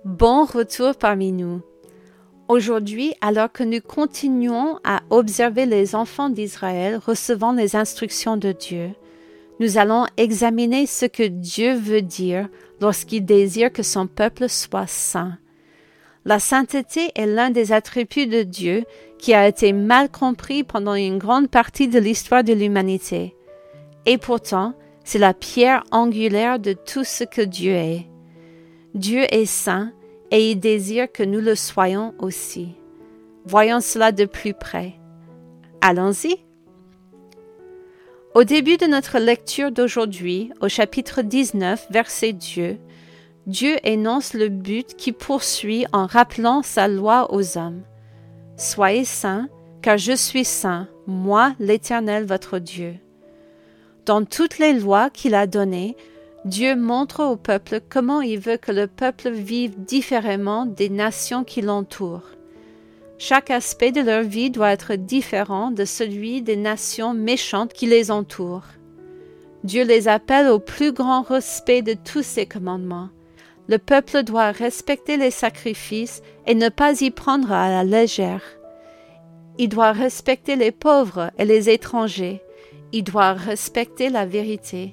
Bon retour parmi nous. Aujourd'hui, alors que nous continuons à observer les enfants d'Israël recevant les instructions de Dieu, nous allons examiner ce que Dieu veut dire lorsqu'il désire que son peuple soit saint. La sainteté est l'un des attributs de Dieu qui a été mal compris pendant une grande partie de l'histoire de l'humanité. Et pourtant, c'est la pierre angulaire de tout ce que Dieu est. Dieu est saint et il désire que nous le soyons aussi. Voyons cela de plus près. Allons-y. Au début de notre lecture d'aujourd'hui, au chapitre 19, verset 2, Dieu énonce le but qu'il poursuit en rappelant sa loi aux hommes. « Soyez saints, car je suis saint, moi l'Éternel votre Dieu. » Dans toutes les lois qu'il a données, Dieu montre au peuple comment il veut que le peuple vive différemment des nations qui l'entourent. Chaque aspect de leur vie doit être différent de celui des nations méchantes qui les entourent. Dieu les appelle au plus grand respect de tous ses commandements. Le peuple doit respecter les sacrifices et ne pas y prendre à la légère. Il doit respecter les pauvres et les étrangers. Il doit respecter la vérité.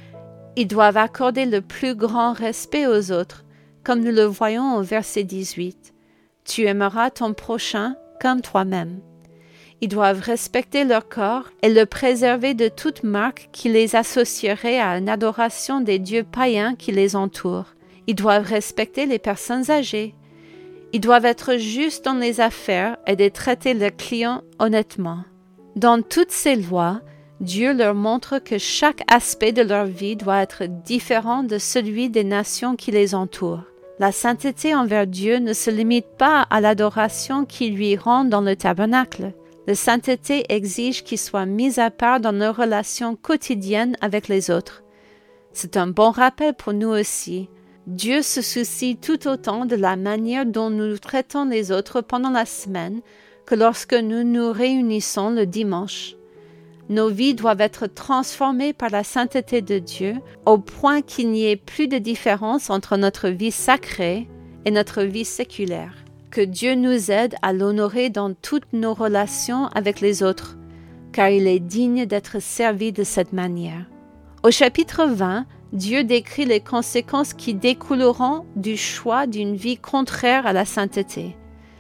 Ils doivent accorder le plus grand respect aux autres, comme nous le voyons au verset 18. « Tu aimeras ton prochain comme toi-même. » Ils doivent respecter leur corps et le préserver de toute marque qui les associerait à une adoration des dieux païens qui les entourent. Ils doivent respecter les personnes âgées. Ils doivent être justes dans les affaires et de traiter leurs clients honnêtement. Dans toutes ces lois, Dieu leur montre que chaque aspect de leur vie doit être différent de celui des nations qui les entourent. La sainteté envers Dieu ne se limite pas à l'adoration qu'il lui rend dans le tabernacle. La sainteté exige qu'il soit mis à part dans nos relations quotidiennes avec les autres. C'est un bon rappel pour nous aussi. Dieu se soucie tout autant de la manière dont nous traitons les autres pendant la semaine que lorsque nous nous réunissons le dimanche. Nos vies doivent être transformées par la sainteté de Dieu au point qu'il n'y ait plus de différence entre notre vie sacrée et notre vie séculaire. Que Dieu nous aide à l'honorer dans toutes nos relations avec les autres, car il est digne d'être servi de cette manière. Au chapitre 20, Dieu décrit les conséquences qui découleront du choix d'une vie contraire à la sainteté.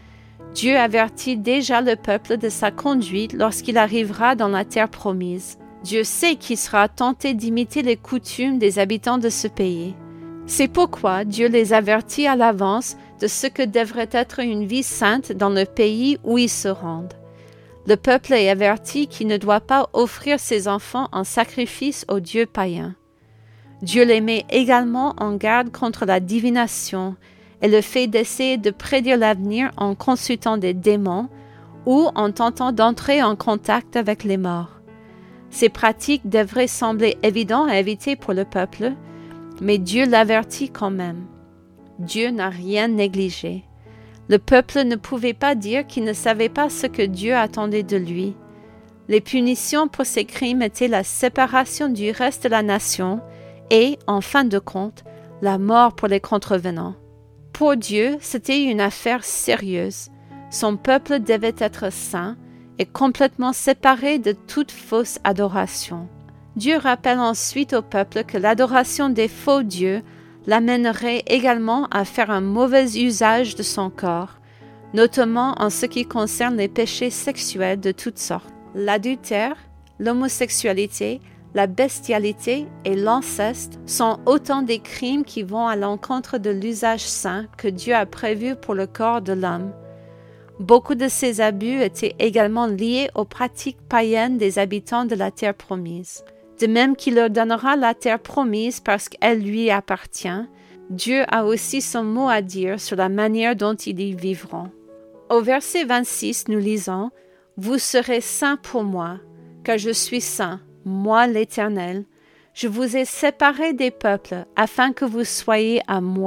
Dieu avertit déjà le peuple de sa conduite lorsqu'il arrivera dans la terre promise. Dieu sait qu'il sera tenté d'imiter les coutumes des habitants de ce pays. C'est pourquoi Dieu les avertit à l'avance de ce que devrait être une vie sainte dans le pays où ils se rendent. Le peuple est averti qu'il ne doit pas offrir ses enfants en sacrifice aux dieux païens. Dieu les met également en garde contre la divination et le fait d'essayer de prédire l'avenir en consultant des démons ou en tentant d'entrer en contact avec les morts. Ces pratiques devraient sembler évidentes à éviter pour le peuple, mais Dieu l'avertit quand même. Dieu n'a rien négligé. Le peuple ne pouvait pas dire qu'il ne savait pas ce que Dieu attendait de lui. Les punitions pour ces crimes étaient la séparation du reste de la nation et, en fin de compte, la mort pour les contrevenants. Pour Dieu, c'était une affaire sérieuse. Son peuple devait être saint et complètement séparé de toute fausse adoration. Dieu rappelle ensuite au peuple que l'adoration des faux dieux l'amènerait également à faire un mauvais usage de son corps, notamment en ce qui concerne les péchés sexuels de toutes sortes. L'adultère, l'homosexualité, la bestialité et l'inceste sont autant des crimes qui vont à l'encontre de l'usage saint que Dieu a prévu pour le corps de l'homme. Beaucoup de ces abus étaient également liés aux pratiques païennes des habitants de la terre promise. De même qu'il leur donnera la terre promise parce qu'elle lui appartient, Dieu a aussi son mot à dire sur la manière dont ils y vivront. Au verset 26, nous lisons « Vous serez saints pour moi, car je suis saint. Moi l'Éternel, je vous ai séparés des peuples afin que vous soyez à moi. »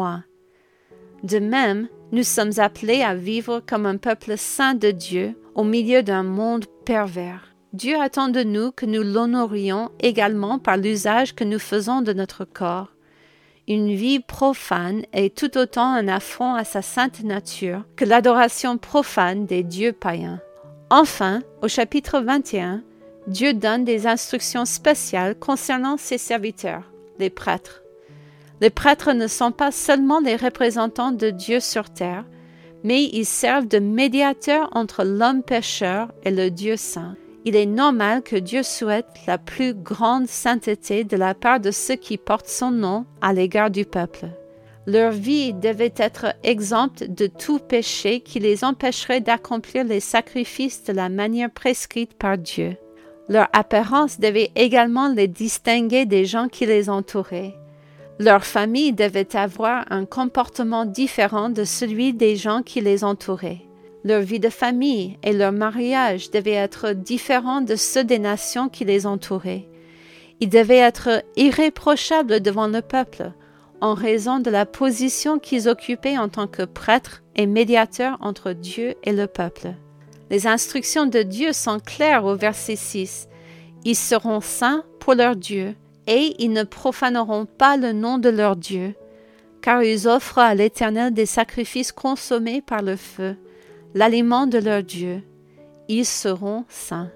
De même, nous sommes appelés à vivre comme un peuple saint de Dieu au milieu d'un monde pervers. Dieu attend de nous que nous l'honorions également par l'usage que nous faisons de notre corps. une vie profane est tout autant un affront à sa sainte nature que l'adoration profane des dieux païens. Enfin, au chapitre 21, Dieu donne des instructions spéciales concernant ses serviteurs, les prêtres. Les prêtres ne sont pas seulement les représentants de Dieu sur terre, mais ils servent de médiateurs entre l'homme pécheur et le Dieu saint. Il est normal que Dieu souhaite la plus grande sainteté de la part de ceux qui portent son nom à l'égard du peuple. Leur vie devait être exempte de tout péché qui les empêcherait d'accomplir les sacrifices de la manière prescrite par Dieu. Leur apparence devait également les distinguer des gens qui les entouraient. Leur famille devait avoir un comportement différent de celui des gens qui les entouraient. Leur vie de famille et leur mariage devaient être différents de ceux des nations qui les entouraient. Ils devaient être irréprochables devant le peuple, en raison de la position qu'ils occupaient en tant que prêtres et médiateurs entre Dieu et le peuple. Les instructions de Dieu sont claires au verset 6. Ils seront saints pour leur Dieu, et ils ne profaneront pas le nom de leur Dieu, car ils offrent à l'Éternel des sacrifices consommés par le feu, l'aliment de leur Dieu. Ils seront saints.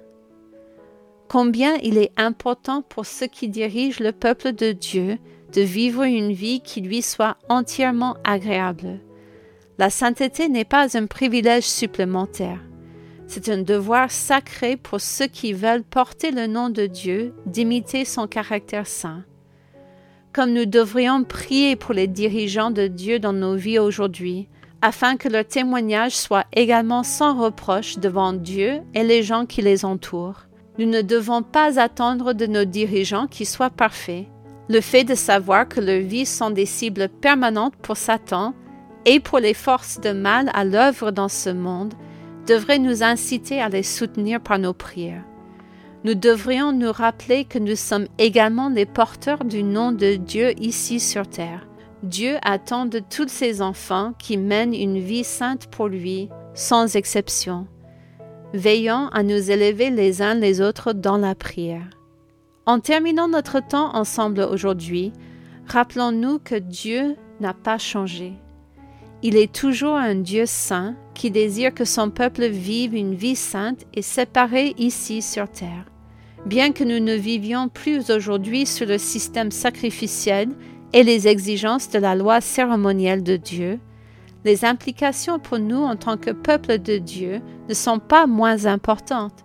Combien il est important pour ceux qui dirigent le peuple de Dieu de vivre une vie qui lui soit entièrement agréable. La sainteté n'est pas un privilège supplémentaire. C'est un devoir sacré pour ceux qui veulent porter le nom de Dieu, d'imiter son caractère saint. Comme nous devrions prier pour les dirigeants de Dieu dans nos vies aujourd'hui, afin que leur témoignage soit également sans reproche devant Dieu et les gens qui les entourent. Nous ne devons pas attendre de nos dirigeants qu'ils soient parfaits. Le fait de savoir que leurs vies sont des cibles permanentes pour Satan et pour les forces de mal à l'œuvre dans ce monde devrait nous inciter à les soutenir par nos prières. Nous devrions nous rappeler que nous sommes également les porteurs du nom de Dieu ici sur terre. Dieu attend de tous ses enfants qui mènent une vie sainte pour lui, sans exception. Veillons à nous élever les uns les autres dans la prière. En terminant notre temps ensemble aujourd'hui, rappelons-nous que Dieu n'a pas changé. Il est toujours un Dieu saint qui désire que son peuple vive une vie sainte et séparée ici sur terre. Bien que nous ne vivions plus aujourd'hui sous le système sacrificiel et les exigences de la loi cérémonielle de Dieu, les implications pour nous en tant que peuple de Dieu ne sont pas moins importantes.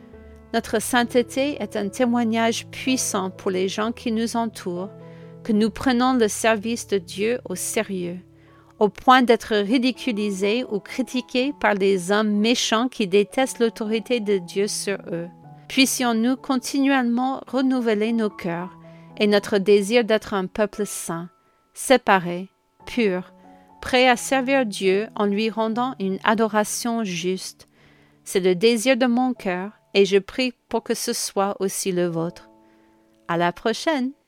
Notre sainteté est un témoignage puissant pour les gens qui nous entourent, que nous prenons le service de Dieu au sérieux, au point d'être ridiculisés ou critiqués par les hommes méchants qui détestent l'autorité de Dieu sur eux. Puissions-nous continuellement renouveler nos cœurs et notre désir d'être un peuple saint, séparé, pur, prêt à servir Dieu en lui rendant une adoration juste. C'est le désir de mon cœur et je prie pour que ce soit aussi le vôtre. À la prochaine!